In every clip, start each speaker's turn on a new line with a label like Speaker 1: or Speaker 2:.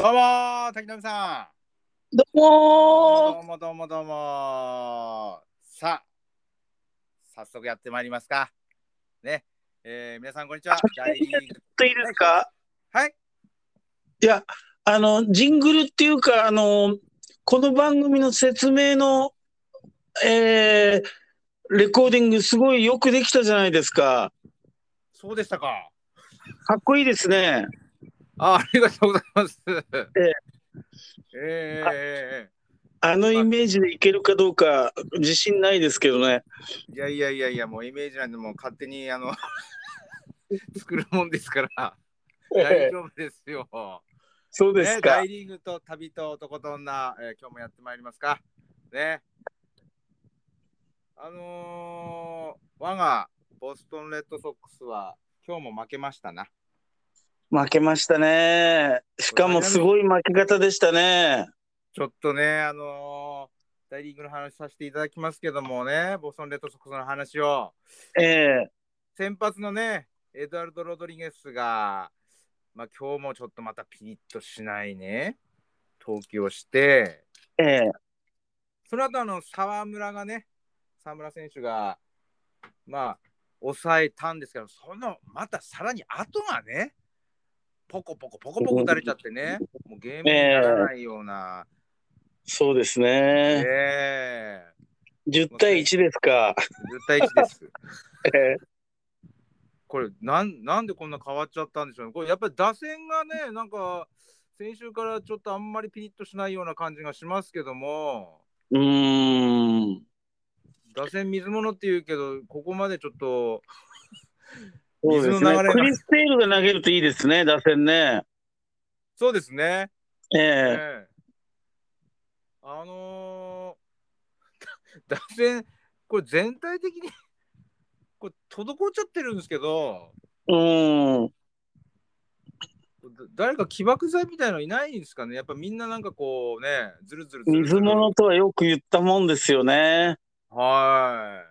Speaker 1: どうもー、滝浪さ
Speaker 2: どう
Speaker 1: ん。どう
Speaker 2: も
Speaker 1: もどうもどうも。さあ、早速やってまいりますか。ね。皆さんこんにちは。大リーグ。
Speaker 2: といいで
Speaker 1: はい、
Speaker 2: すか？
Speaker 1: はい。
Speaker 2: いや、ジングルっていうか、この番組の説明の、えーレコーディングすごいよくできたじゃないですか。
Speaker 1: そうでしたか。
Speaker 2: かっこいいですね。
Speaker 1: ありがとうございます。
Speaker 2: えあ
Speaker 1: え
Speaker 2: あの
Speaker 1: まあ、
Speaker 2: イメージでいけるかどうか自信ないですけどね。
Speaker 1: いや、もうイメージなんでもう勝手に作るもんですから大
Speaker 2: ええ、
Speaker 1: 丈夫ですよ。
Speaker 2: そうです
Speaker 1: ね、
Speaker 2: か。
Speaker 1: 大リーグと旅と男と女、今日もやってまいりますか。ね。我がボストンレッドソックスは今日も負けましたな。
Speaker 2: 負けましたね。し
Speaker 1: これ
Speaker 2: かもすごい負け方でしたね。
Speaker 1: ちょっとね、大リーグの話させていただきますけどもね、ボストンレッドソックスの話を、
Speaker 2: ええ、
Speaker 1: 先発のね、エドアルド・ロドリゲスが、今日もちょっとまたピリッとしないね、投球をして、
Speaker 2: ええ、
Speaker 1: その後沢村がね、沢村選手が、抑えたんですけど、そのまたさらに後がね、ポコポコ打たれちゃってね、もうゲー
Speaker 2: え
Speaker 1: ムになら
Speaker 2: え、
Speaker 1: ないような、
Speaker 2: そうですね。
Speaker 1: え
Speaker 2: 10
Speaker 1: もう
Speaker 2: 対1ですか。
Speaker 1: 10対1です。
Speaker 2: ええ、
Speaker 1: これなんでこんな変わっちゃったんでしょうね。これやっぱり打線がね、なんか先週からちょっとあんまりピリッとしないような感じがしますけども、
Speaker 2: うーん。
Speaker 1: 打線水物っていうけど、ここまでちょっと水
Speaker 2: そうですね。
Speaker 1: の流れが、
Speaker 2: クリステールが投げるといいですね、打線ね。
Speaker 1: そうですね。
Speaker 2: ええ、
Speaker 1: ええあの打線、これ全体的にこれ滞っちゃってるんですけど、
Speaker 2: うーん。
Speaker 1: 誰か起爆剤みたいのいないんですかね。やっぱみんななんかこうね、ずるずるずる
Speaker 2: 水
Speaker 1: ずる。
Speaker 2: 物とはよく言ったもんですよね。
Speaker 1: はい。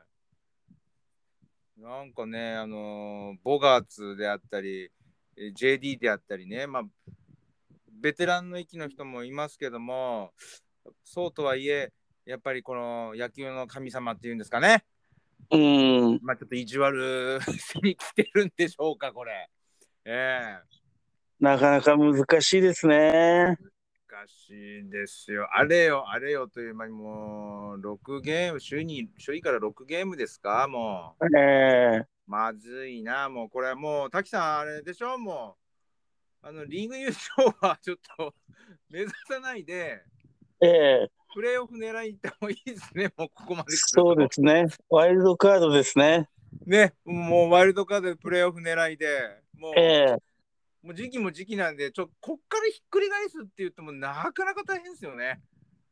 Speaker 1: なんかね、ボガーツであったり、JD であったりね、ベテランの域の人もいますけども、そうとはいえ、やっぱりこの野球の神様っていうんですかね。
Speaker 2: うーん。
Speaker 1: ちょっと意地悪しに来てるんでしょうか、これ。ええ
Speaker 2: なかなか難しいですね。
Speaker 1: 難しいですよ。あれよ、あれよという間にもう、6ゲーム、首位から6ゲームですか、も
Speaker 2: ええ、
Speaker 1: う。まずいな、もう、これはもう、滝さん、あれでしょ、もう、リーグ優勝はちょっと目指さないで、
Speaker 2: ええ、
Speaker 1: プレーオフ狙いに行った方がいいですね、もうここまで来る
Speaker 2: そうで
Speaker 1: と。
Speaker 2: すね。ワイルドカードですね。
Speaker 1: ね、もうワイルドカードでプレーオフ狙いで、
Speaker 2: ええ、
Speaker 1: もう時期も時期なんで、こっからひっくり返すって言っても、なかなか大変ですよね。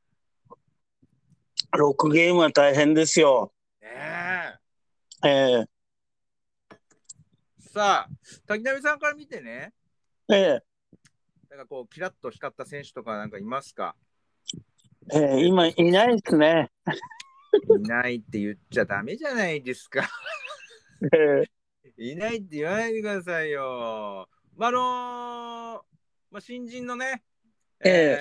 Speaker 2: 6ゲームは大変ですよ。
Speaker 1: ねえ。
Speaker 2: ええ、
Speaker 1: さあ、滝浪さんから見てね、
Speaker 2: ええ、
Speaker 1: なんかこう、キラッと光った選手とかなんかいますか？
Speaker 2: ええ、
Speaker 1: レッ
Speaker 2: 今い
Speaker 1: ドソックス。
Speaker 2: ないですね。
Speaker 1: いないって言っちゃダメじゃないですか。
Speaker 2: ええ、
Speaker 1: いないって言わないでくださいよ。新人のね、
Speaker 2: ええ、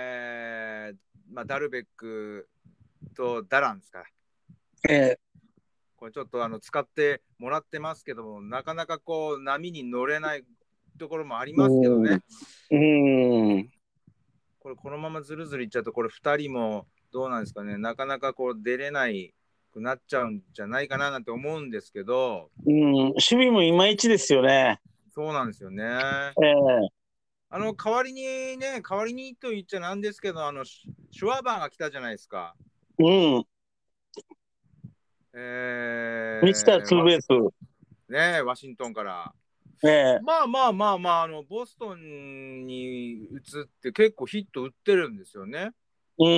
Speaker 1: ダルベックとダランですか。
Speaker 2: ええ、
Speaker 1: これちょっと使ってもらってますけども、なかなかこう波に乗れないところもあり
Speaker 2: う
Speaker 1: ますけど
Speaker 2: ーん、
Speaker 1: ね。
Speaker 2: うーん。
Speaker 1: このままずるずるいっちゃうと、これ2人もどうなんですかね、なかなかこう出れないくなっちゃうんじゃないかななんて思うんですけど、
Speaker 2: うん、守備もいまいちですよね。
Speaker 1: そうなんですよね。
Speaker 2: ええ、
Speaker 1: 代わりにと言っちゃなんですけど、シュワーバーが来たじゃないですか。
Speaker 2: うん、ミスターツーベース。
Speaker 1: ワシントンから。
Speaker 2: ええ、
Speaker 1: ボストンに移って結構ヒット打ってるんですよね。
Speaker 2: うん、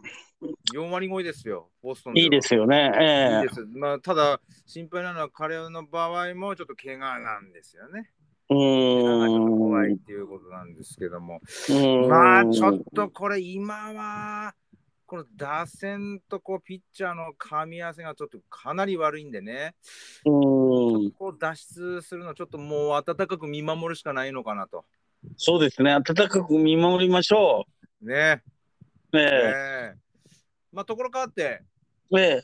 Speaker 1: 4割超えですよ、ボストン
Speaker 2: いい
Speaker 1: では。
Speaker 2: ですよね。ええ、
Speaker 1: いいです。ただ、心配なのは彼の場合もちょっと怪我なんですよね。
Speaker 2: う
Speaker 1: 怪我がちょっと怖いっ
Speaker 2: ーん、
Speaker 1: ていうことなんですけども。
Speaker 2: う
Speaker 1: ちょっ
Speaker 2: ーん、
Speaker 1: とこれ今は、この打線とこうピッチャーの噛み合わせがちょっとかなり悪いんでね、
Speaker 2: うーん。
Speaker 1: こう脱出するのちょっともう温かく見守るしかないのかなと。
Speaker 2: そうですね。温かく見守りましょ
Speaker 1: ね。
Speaker 2: う。
Speaker 1: まあ、ところ変わって、
Speaker 2: ええ、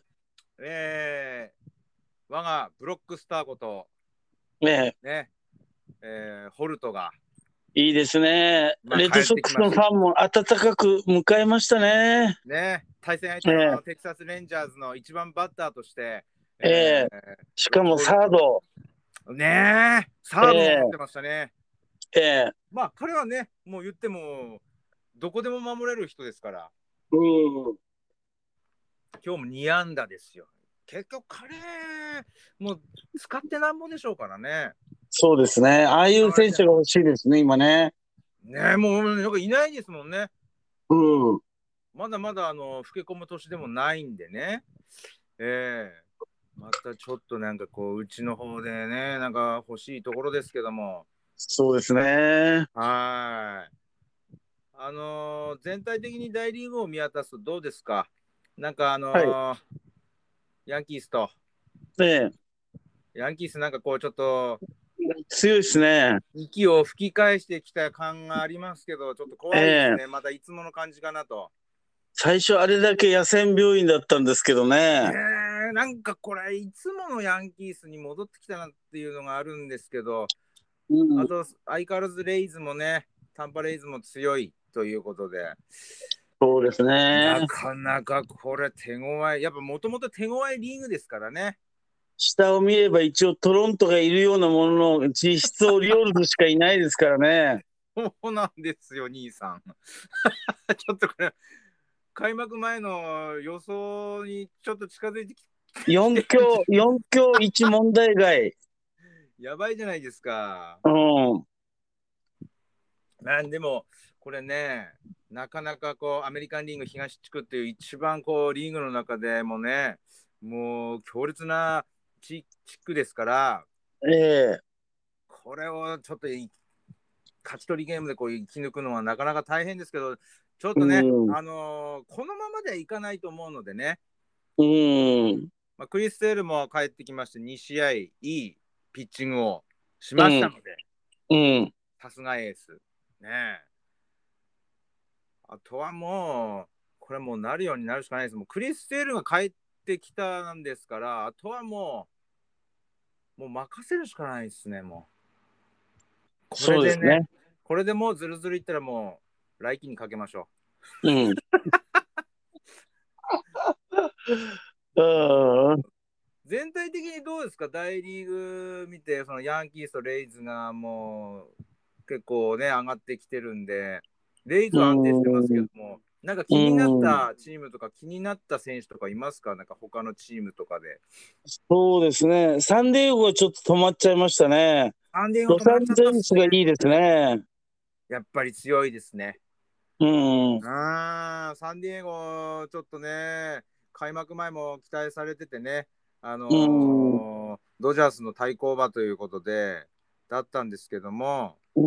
Speaker 1: 我がブロックスターこと、
Speaker 2: ええ、
Speaker 1: ね、ホルトが、
Speaker 2: いいですね。
Speaker 1: まあ、帰
Speaker 2: レッドソックス
Speaker 1: ってきました。
Speaker 2: のファンも温かく迎えましたね。
Speaker 1: ね、対戦相手の
Speaker 2: え
Speaker 1: テキサス・レンジャーズの一番バッターとして、
Speaker 2: え、ええ、しかも
Speaker 1: ホルト、
Speaker 2: サード。
Speaker 1: ね、サードも持っ
Speaker 2: え
Speaker 1: てましたね。
Speaker 2: え、ええ、
Speaker 1: まあ、彼はね、もう言っても、どこでも守れる人ですから、
Speaker 2: うん、
Speaker 1: 今日も2安打ですよ。結局、彼、もう使ってなんぼでしょうからね。
Speaker 2: そうですね。ああいう選手が欲しいですね、今ね。
Speaker 1: ね、もうなんかいないですもんね。
Speaker 2: うん、
Speaker 1: まだまだ老け込む年でもないんでね。ええ、またちょっとなんかこう、うちの方でね、なんか欲しいところですけども。
Speaker 2: そうですね。
Speaker 1: はい。全体的に大リーグを見渡すとどうですか？なんか
Speaker 2: はい。
Speaker 1: ヤンキースと、
Speaker 2: ええ、
Speaker 1: ヤンキースなんかこうちょっと
Speaker 2: 強いですね。
Speaker 1: 息を吹き返してきた感がありますけど、ちょっと
Speaker 2: え
Speaker 1: 怖いですね。
Speaker 2: え、
Speaker 1: またいつもの感じかなと。
Speaker 2: 最初あれだけ野戦病院だったんですけどね。
Speaker 1: なんかこれ、いつものヤンキースに戻ってきたなっていうのがあるんですけど、
Speaker 2: うん、
Speaker 1: あと相変わらずレイズもね、タンパレイズも強いということで、
Speaker 2: そうですね。
Speaker 1: なかなかこれ手強い、やっぱもともと手強いリーグですからね。
Speaker 2: 下を見れば一応トロントがいるようなものの実質オリオールズしかいないですからね。
Speaker 1: そうなんですよ、兄さん。ちょっとこれ、開幕前の予想にちょっと近づいてきてるんじ
Speaker 2: 4強1問題外。
Speaker 1: ゃ、やばいじゃないですか。
Speaker 2: うん。
Speaker 1: でも、これね、なかなかこう、アメリカンリーグ東地区っていう一番こう、リーグの中でもね、もう強烈な地区ですから、
Speaker 2: ええ、
Speaker 1: これをちょっと勝ち取りゲームでこう生き抜くのはなかなか大変ですけど、ちょっ
Speaker 2: う
Speaker 1: とね、
Speaker 2: ん。
Speaker 1: このままではいかないと思うのでね、
Speaker 2: うん。
Speaker 1: まあ、クリステールも帰ってきまして、2試合いいピッチングをし
Speaker 2: うん。
Speaker 1: ましたので、
Speaker 2: うん。
Speaker 1: さすがエース。ね、あとはもう、これもうなるようになるしかないです。もうクリステールが帰ってきたんですから、あとはもう任せるしかないですね、もう。これでね、
Speaker 2: そうですね。
Speaker 1: これでもうずるずるいったらもう来季にかけましょ
Speaker 2: うん。うん。
Speaker 1: う。全体的にどうですか、大リーグ見て、そのヤンキースとレイズがもう結構ね、上がってきてるんで、レイズ
Speaker 2: う
Speaker 1: は安定してますけ
Speaker 2: ん。
Speaker 1: ども、なんか気になっ
Speaker 2: うん。
Speaker 1: たチームとか気になった選手とかいますか？なんか他のチームとかで。
Speaker 2: そうですね。サンディエゴはちょっと止まっちゃいましたね。
Speaker 1: サンディエゴ
Speaker 2: ロサ
Speaker 1: 止まっちゃっ
Speaker 2: ンゼルス
Speaker 1: たっすね。
Speaker 2: がいいですね。
Speaker 1: やっぱり強いですね。
Speaker 2: うん。
Speaker 1: サンディエゴ、ちょっとね、開幕前も期待されててね、
Speaker 2: うん。
Speaker 1: ドジャースの対抗馬ということで、だったんですけども、
Speaker 2: うん。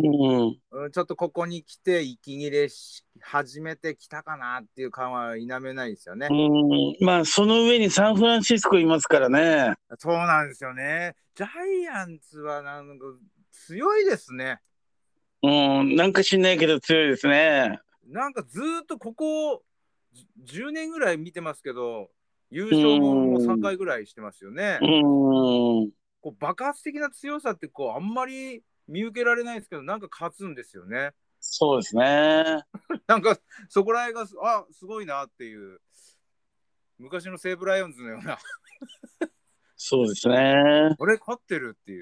Speaker 1: ちょっとここに来て息切れし始めてきたかなっていう感は否めないですよね。
Speaker 2: うん。まあ、その上にサンフランシスコいますからね。
Speaker 1: そうなんですよね。ジャイアンツはなんか強いですね。
Speaker 2: うん。なんか知んないけど強いですね。
Speaker 1: なんかずーっとここ10年ぐらい見てますけど、優
Speaker 2: う
Speaker 1: 勝も3
Speaker 2: ん。
Speaker 1: 回ぐらいしてますよね。
Speaker 2: うん。
Speaker 1: こう爆発的な強さってこうあんまり見受けられないですけど、なんか勝つんですよね。
Speaker 2: そうですね。
Speaker 1: なんかそこら辺がすごいなっていう、昔の西武ライオンズのような、
Speaker 2: そうですね。
Speaker 1: これ勝ってるっていう。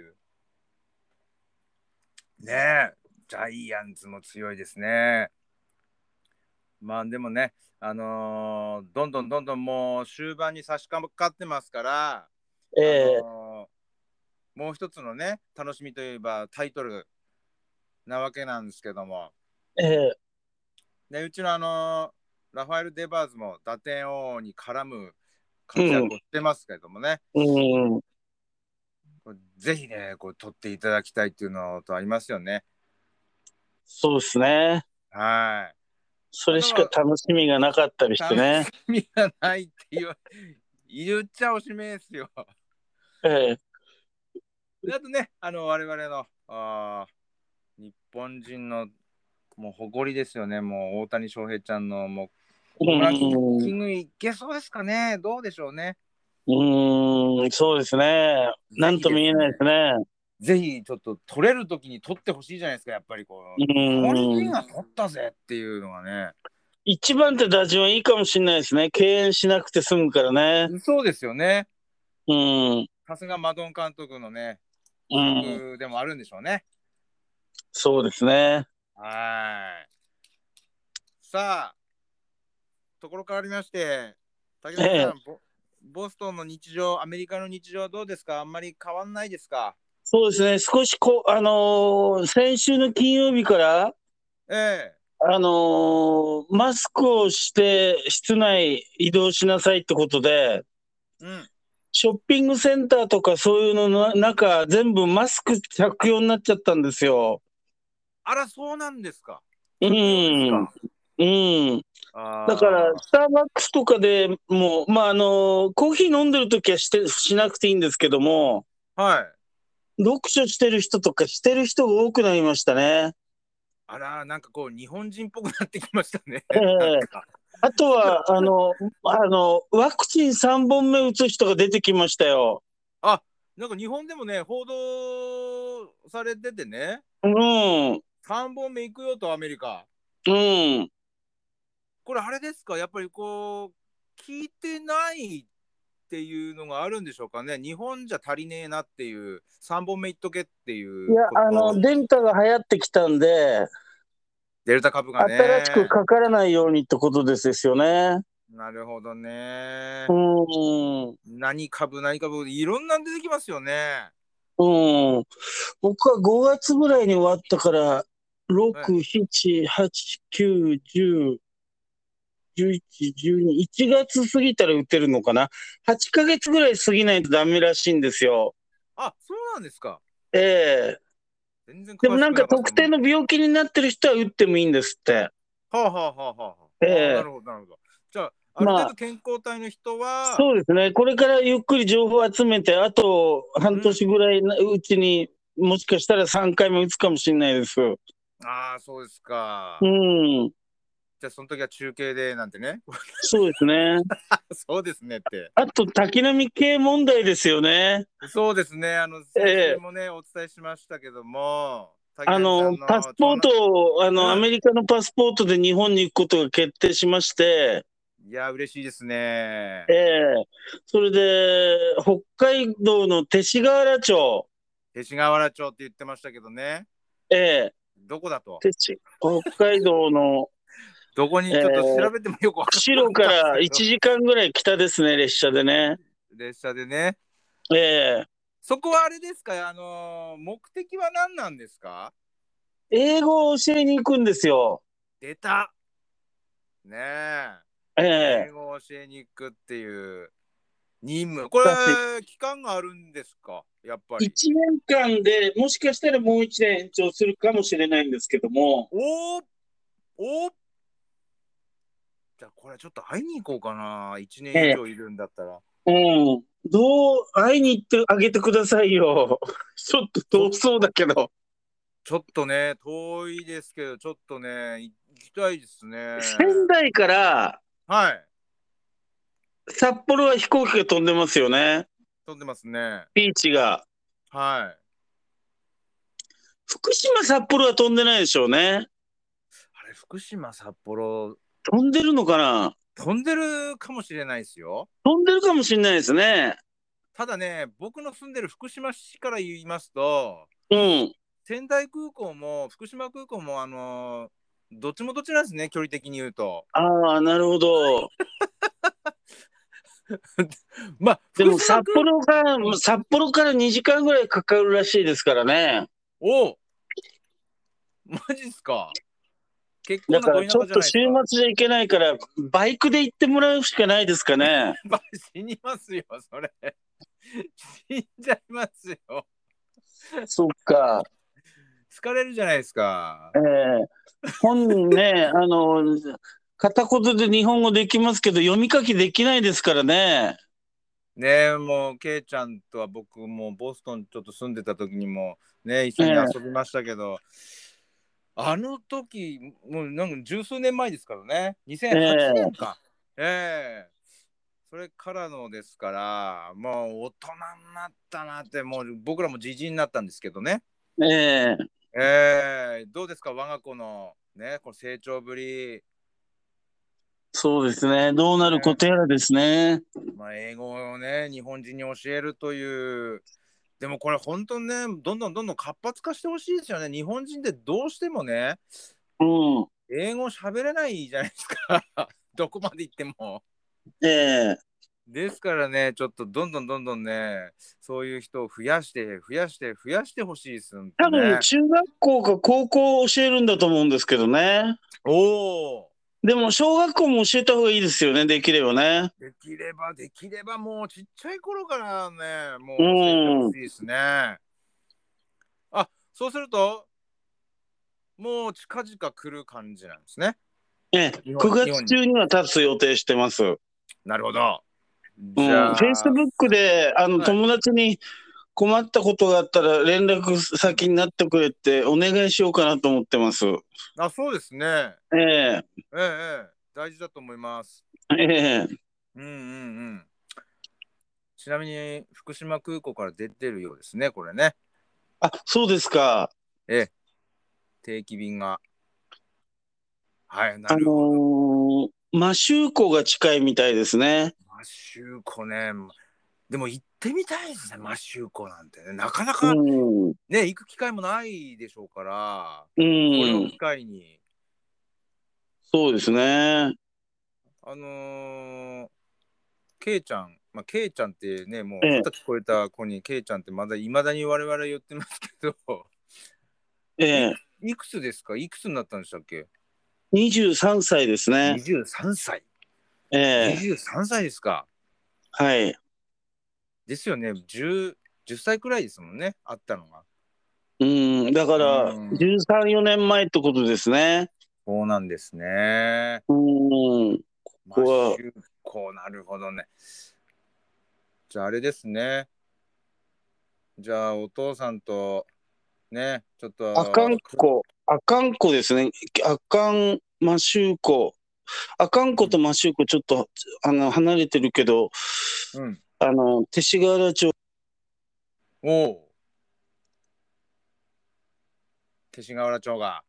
Speaker 1: ねえ、ジャイアンツも強いですね。まあでもね、どんどんどんどんもう終盤に差し掛かってますから、あ
Speaker 2: ええ、
Speaker 1: のもう一つのね、楽しみといえばタイトルなわけなんですけども、
Speaker 2: ええ、
Speaker 1: でうちのラファエル・デバーズも打点王に絡む
Speaker 2: うん、
Speaker 1: 活躍をしてますけどもね、
Speaker 2: うん、
Speaker 1: ぜひね、こう取っていただきたいっていうのとありますよね。
Speaker 2: そうですね。
Speaker 1: はい。
Speaker 2: それしか
Speaker 1: あとは、
Speaker 2: 楽しみがなかったりして
Speaker 1: 楽
Speaker 2: ね。
Speaker 1: しみがないって言っちゃおしめですよ。
Speaker 2: ええ、
Speaker 1: であとね、我々の日本人のもう誇りですよね。もう大谷翔平ちゃんのもう
Speaker 2: う
Speaker 1: ホームランキ
Speaker 2: ん、
Speaker 1: ングいけそうですかね。どうでしょうね。
Speaker 2: そうですね。な
Speaker 1: ぜ
Speaker 2: んとも言え
Speaker 1: ひですね。
Speaker 2: ないですね。
Speaker 1: ぜひちょっと取れるときに取ってほしいじゃないですか。やっぱりこ
Speaker 2: う
Speaker 1: う日本人
Speaker 2: ん、
Speaker 1: が取ったぜっていうのがね。
Speaker 2: 一番手打順はいいかもしれないですね。敬遠しなくて済むからね。
Speaker 1: そうですよね。
Speaker 2: うん、
Speaker 1: さすがマドン監督のね、
Speaker 2: うん、
Speaker 1: 策でもあるんでしょうね。
Speaker 2: そうですね。
Speaker 1: はい。さあ、ところ変わりまして、武
Speaker 2: ええ、
Speaker 1: 田さん、ボストンの日常、アメリカの日常はどうですか？あんまり変わんないですか？
Speaker 2: そうですね。少し先週の金曜日から、
Speaker 1: ええ。
Speaker 2: マスクをして室内移動しなさいってことで、
Speaker 1: うん。
Speaker 2: ショッピングセンターとかそういうのの中、全部マスク着用になっちゃったんですよ。
Speaker 1: あら、そうなんですか。
Speaker 2: う
Speaker 1: 着用です
Speaker 2: ん。
Speaker 1: か。
Speaker 2: うん。だから、
Speaker 1: あ
Speaker 2: スターバックスとかでもう、コーヒー飲んでるときはしなくていいんですけども、
Speaker 1: あ、はい。
Speaker 2: 読書してる人とかしてる人が多くなりましたね。
Speaker 1: あら、なんかこう、日本人っぽくなってきましたね。
Speaker 2: ええ。
Speaker 1: なんか。
Speaker 2: あとは、ワクチン3本目打つ人が出てきましたよ。
Speaker 1: あ、なんか日本でもね、報道されててね、
Speaker 2: うん、
Speaker 1: 3本目行くよと、アメリカ。
Speaker 2: うん。
Speaker 1: これ、あれですか、やっぱりこう、聞いてないっていうのがあるんでしょうかね。日本じゃ足りねえなっていう、3本目いっとけってい
Speaker 2: いや、
Speaker 1: うこと。
Speaker 2: デルタが流行ってきたんで、
Speaker 1: デルタ株が
Speaker 2: 新しく
Speaker 1: ね。
Speaker 2: かからないようにってことですよね。
Speaker 1: なるほど
Speaker 2: う
Speaker 1: ね。
Speaker 2: ん、
Speaker 1: 何株、何株、いろんなの出てきますよね。
Speaker 2: うん。僕は5月ぐらいに終わったから、
Speaker 1: はい。
Speaker 2: 6、7、8、9、10、11、12、1月過ぎたら打てるのかな？ 8 ヶ月ぐらい過ぎないとダメらしいんですよ。
Speaker 1: あ、そうなんですか。
Speaker 2: ええ。
Speaker 1: 全然
Speaker 2: でも
Speaker 1: 詳しくなかった。
Speaker 2: なんか特定の病気になってる人は打ってもいいんですって。
Speaker 1: はあはあはあはあ。ああ、な
Speaker 2: ええ。
Speaker 1: るほど、なるほど。じゃあ、ある
Speaker 2: まあ、
Speaker 1: 程度健康体の人は、
Speaker 2: そうですね。これからゆっくり情報を集めて、あと半
Speaker 1: うん。
Speaker 2: 年ぐらいうちにもしかしたら3回目打つかもしれないです。
Speaker 1: ああ、そうです
Speaker 2: う
Speaker 1: か。
Speaker 2: ん。
Speaker 1: じゃあ、その時は中継でなんてね。
Speaker 2: そうですね。
Speaker 1: そうですねって。
Speaker 2: あと、滝波系問題ですよね。
Speaker 1: そうですね。先週
Speaker 2: ええ。
Speaker 1: もね、お伝えしましたけども、滝波さん
Speaker 2: パス
Speaker 1: の長男、
Speaker 2: ポートを、ア
Speaker 1: うん。
Speaker 2: メリカのパスポートで日本に行くことが決定しまして、
Speaker 1: いや、嬉しいですね。
Speaker 2: ええ。それで、北海道の勅使河原町、
Speaker 1: 勅使河原町って言ってましたけどね。
Speaker 2: ええ、
Speaker 1: どこだと。
Speaker 2: 北海道の、
Speaker 1: どこにちょっと調べてもよくわからなかっ
Speaker 2: 釧路から
Speaker 1: たんですけど、
Speaker 2: 1時間ぐらい北ですね、列車でね。
Speaker 1: 列車でね。
Speaker 2: ええ。
Speaker 1: そこはあれですか、目的は何なんですか？
Speaker 2: 英語を教えに行くんですよ。
Speaker 1: 出た。ね
Speaker 2: え
Speaker 1: え。
Speaker 2: え。
Speaker 1: 英語を教えに行くっていう任務。こ
Speaker 2: 私、
Speaker 1: れ、期間があるんですか？やっぱり。
Speaker 2: 1年間でもしかしたらもう1年延長するかもしれないんですけども、
Speaker 1: おーおー、じゃあこれちょっと会いに行こうかな。1年以
Speaker 2: ええ。
Speaker 1: 上いるんだったら。
Speaker 2: うん。会いに行ってあげてくださいよ。ちょっと
Speaker 1: ちょ、
Speaker 2: 遠そうだけど。
Speaker 1: ちょっとね、遠いですけど、ちょっとね、行きたいですね。
Speaker 2: 仙台から
Speaker 1: はい。
Speaker 2: 札幌は飛行機が飛んでますよね。
Speaker 1: 飛んでますね。
Speaker 2: ビーチが。
Speaker 1: はい。
Speaker 2: 福島、札幌は飛んでないでしょうね。
Speaker 1: あれ、福島、札幌、
Speaker 2: 飛んでるのかな？
Speaker 1: 飛んでるかもしれないですよ。
Speaker 2: 飛んでるかもしれないですね。
Speaker 1: ただね、僕の住んでる福島市から言いますと、
Speaker 2: うん。
Speaker 1: 仙台空港も福島空港も、どっちもどっちなんですね、距離的に言うと。
Speaker 2: ああ、なるほど。
Speaker 1: まあ、
Speaker 2: でも
Speaker 1: 福島空港、
Speaker 2: 札幌から2時間ぐらいかかるらしいですからね。
Speaker 1: お、マジっすか。結構
Speaker 2: だから
Speaker 1: など田舎
Speaker 2: ちょっと週
Speaker 1: じゃないですか。
Speaker 2: 末じゃ行けないから、バイクで行ってもらうしかないですかね。
Speaker 1: 死にますよ、それ。死んじゃいますよ。
Speaker 2: そっか。
Speaker 1: 疲れるじゃないですか。
Speaker 2: ええ。本人ね、片言で日本語できますけど、読み書きできないですからね。
Speaker 1: ねえ、もう、ケイちゃんとは僕もボストンちょっと住んでた時にもね、一緒に
Speaker 2: ええ。
Speaker 1: 遊びましたけど、 あの時、もうなんか十数年前ですからね。2008
Speaker 2: え
Speaker 1: 年か。ええ、それからのですから、もう大人になったなって、もう僕らもじじいになったんですけどね。
Speaker 2: ええ
Speaker 1: どうですか、我が子のね、この成長ぶり。
Speaker 2: そうですね。どうなること
Speaker 1: ね、
Speaker 2: やらですね。
Speaker 1: まあ、英語をね、日本人に教えるという。でもこれ本当にね、どんどんどんどん活発化してほしいですよね。日本人ってどうしてもね、
Speaker 2: うん。
Speaker 1: 英語喋れないじゃないですか。どこまで行っても。
Speaker 2: ええ
Speaker 1: ですからね、ちょっとどんどんどんどんね、そういう人を増やして、増やして、増やしてほしいですんと
Speaker 2: 多分、
Speaker 1: ね。
Speaker 2: 中学校か高校を教えるんだと思うんですけどね。
Speaker 1: おお、
Speaker 2: でも、小学校も教えた方がいいですよね、できればね。
Speaker 1: できれば、できればもうちっちゃい頃からね、
Speaker 2: う
Speaker 1: もう教えてほし
Speaker 2: ん。
Speaker 1: いですね。あ、そうすると、もう近々来る感じなんですね。
Speaker 2: ええ、9月
Speaker 1: 日本に。
Speaker 2: 中には立つ予定してます。
Speaker 1: なるほど。
Speaker 2: うん。
Speaker 1: じゃあ、
Speaker 2: Facebook で、
Speaker 1: はい。
Speaker 2: 友達に困ったことがあったら連絡
Speaker 1: うん。
Speaker 2: 先になってくれってお願いしようかなと思ってます。
Speaker 1: あ、そうですね。
Speaker 2: ええ、
Speaker 1: ええ、ええ、大事だと思います。
Speaker 2: ええ。
Speaker 1: うんうんうん。ちなみに福島空港から出てるようですね、これね。
Speaker 2: あ、そうですか。
Speaker 1: ええ、定期便が。はい、なるほど。
Speaker 2: 摩周湖が近いみたいですね。
Speaker 1: 摩周湖ね。でも行ってみたいですね、摩周湖なんてね。なかな
Speaker 2: う
Speaker 1: か
Speaker 2: ん。
Speaker 1: ね、行く機会もないでしょうから、
Speaker 2: う
Speaker 1: これを機
Speaker 2: ん。
Speaker 1: 会に、
Speaker 2: そうですね。
Speaker 1: あのー、ケイちゃん、まあ、ケイちゃんってね、もう
Speaker 2: ええ、
Speaker 1: 二十歳超えた子にケイちゃんっていまだに我々言ってますけど、いく
Speaker 2: ええ。
Speaker 1: いくつですか、いくつになったんでしたっけ？
Speaker 2: 23歳ですね。
Speaker 1: 23歳。
Speaker 2: ええ。
Speaker 1: 23歳ですか。
Speaker 2: はい。
Speaker 1: ですよね。10歳くらいですもんね、あったのが。
Speaker 2: うん。だか
Speaker 1: う
Speaker 2: ら、
Speaker 1: ん。
Speaker 2: 13、4年前ってことですね。
Speaker 1: そうなんですね。
Speaker 2: うん。こ
Speaker 1: マッ
Speaker 2: こは、
Speaker 1: シュコ、なるほどね。じゃああれですね。じゃあお父さんとね、ちょっと、
Speaker 2: 阿寒湖ですね。阿寒摩周湖。阿寒湖と
Speaker 1: うん。
Speaker 2: 摩周湖ちょっと、離れてるけど、
Speaker 1: うん。
Speaker 2: 勅使河原町、
Speaker 1: おお、勅使河原町が。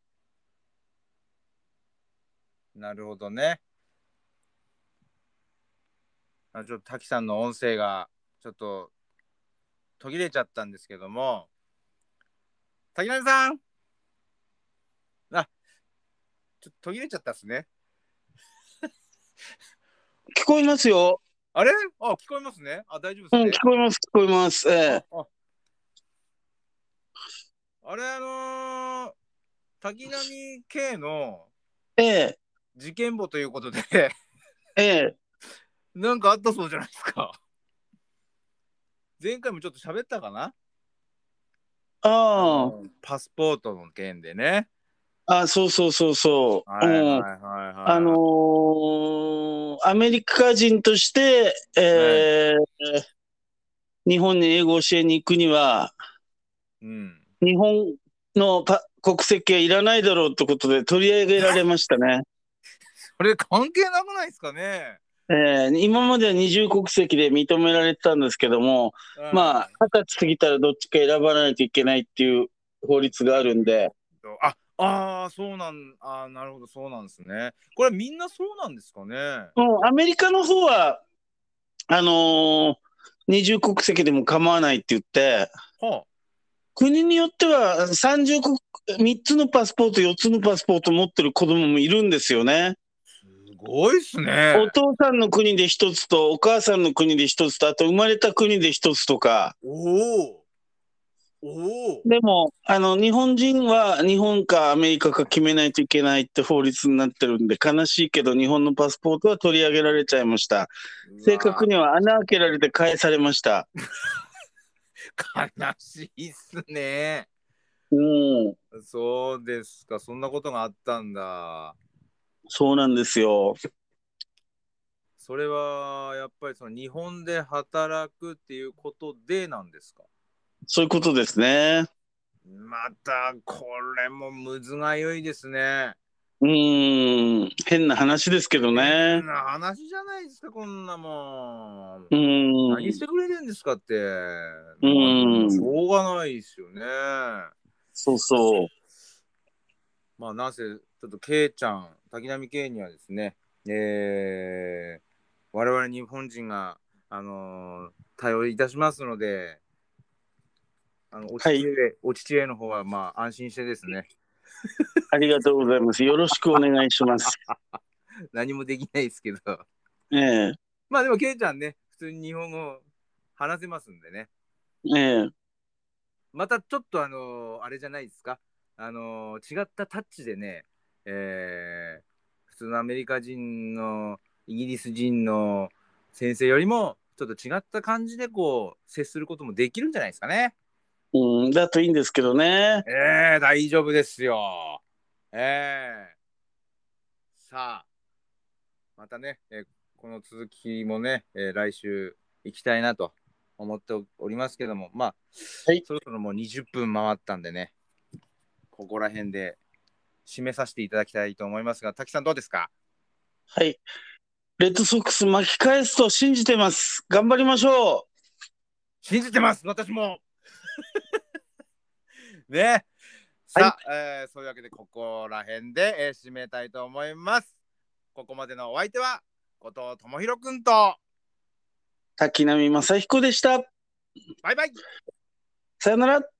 Speaker 1: なるほどね。ちょっと滝さんの音声がちょっと途切れちゃったんですけども、滝浪さん、あ、ちょっと途切れちゃったっすね。
Speaker 2: 聞こえますよ。
Speaker 1: あれ、あ、聞こえますね。あ、大丈夫で
Speaker 2: うん、聞
Speaker 1: すね。
Speaker 2: こえます、聞こえます。ええ。
Speaker 1: あ、あれ、滝浪系の
Speaker 2: ええ、
Speaker 1: 事件簿ということで
Speaker 2: ええ。
Speaker 1: なんかあったそうじゃないですか。前回もちょっと喋ったかな。
Speaker 2: あ
Speaker 1: パスポートの件でね。
Speaker 2: あ、そうそうそうそう。
Speaker 1: はい
Speaker 2: うん。
Speaker 1: はいはいは
Speaker 2: アメリカ人として、
Speaker 1: い。はい。
Speaker 2: 日本に英語を教えに行くには、
Speaker 1: うん。
Speaker 2: 日本の国籍はいらないだろうってことで取り上げられましたね。
Speaker 1: それ関係なくないですかね。
Speaker 2: 今までは二重国籍で認められてたんですけども、まあ、
Speaker 1: はい。
Speaker 2: 20歳過ぎたらどっちか選ばないといけないっていう法律があるんで、
Speaker 1: そうなん、なるほど、そうなんですね。これみんなそうなんですかね。は
Speaker 2: もうアメリカの方は、あのー二重国籍でも構わないって言って、
Speaker 1: あ、
Speaker 2: 国によっては3つのパスポート、4つのパスポート持ってる子供もいるんですよね。
Speaker 1: すごいっすね。
Speaker 2: お父さんの国で1つと、お母さんの国で1つと、あと生まれた国で1つとか。
Speaker 1: おお、おお。
Speaker 2: でも、日本人は日本かアメリカか決めないといけないって法律になってるんで、悲しいけど日本のパスポートは取り上げられちゃいました。正
Speaker 1: うわ
Speaker 2: 確には穴開けられて返されました。
Speaker 1: ー、悲しいっすね。
Speaker 2: うん、
Speaker 1: そうですか、そんなことがあったんだ。
Speaker 2: そうなんですよ。
Speaker 1: それはやっぱりその日本で働くっていうことでなんですか？
Speaker 2: そういうことですね。
Speaker 1: また、これもむずがゆいですね。
Speaker 2: 変な話ですけどね。
Speaker 1: 変な話じゃないですか、こんなもん。
Speaker 2: うーん、
Speaker 1: 何してくれてんですかって。
Speaker 2: う
Speaker 1: まあ、でも、し
Speaker 2: ーん、
Speaker 1: ょうがないですよね。
Speaker 2: そうそう。
Speaker 1: まあ、なんせ、ちょっと、ケイちゃん、滝波ケイにはですね、我々日本人が、対応いたしますので、
Speaker 2: はい、
Speaker 1: お父上の方は、まあ、安心してですね、
Speaker 2: ありがとうございます。よろしくお願いします。
Speaker 1: 何もできないですけど、
Speaker 2: ええ、
Speaker 1: まあ、でも、ケイちゃんね、普通に日本語話せますんでね、
Speaker 2: ええ、
Speaker 1: またちょっとあれじゃないですか。違ったタッチでね、普通のアメリカ人のイギリス人の先生よりもちょっと違った感じでこう接することもできるんじゃないですかね。
Speaker 2: だといいんですけどね。
Speaker 1: 大丈夫ですよ。えさあ、またね、この続きもね、来週行きたいなと思っておりますけども、まあ、
Speaker 2: はい、
Speaker 1: そろそろもう20分回ったんでね、ここら辺で締めさせていただきたいと思いますが、滝さんどうですか？
Speaker 2: はい。レッドソックス巻き返すと信じてます。頑張りましょう。
Speaker 1: 信じてます、私も。ね。
Speaker 2: はい。
Speaker 1: さあ、そういうわけでここら辺で、締めたいと思います。ここまでのお相手は、後藤智弘くんと、
Speaker 2: 滝波正彦でした。
Speaker 1: バイバイ。
Speaker 2: さよなら。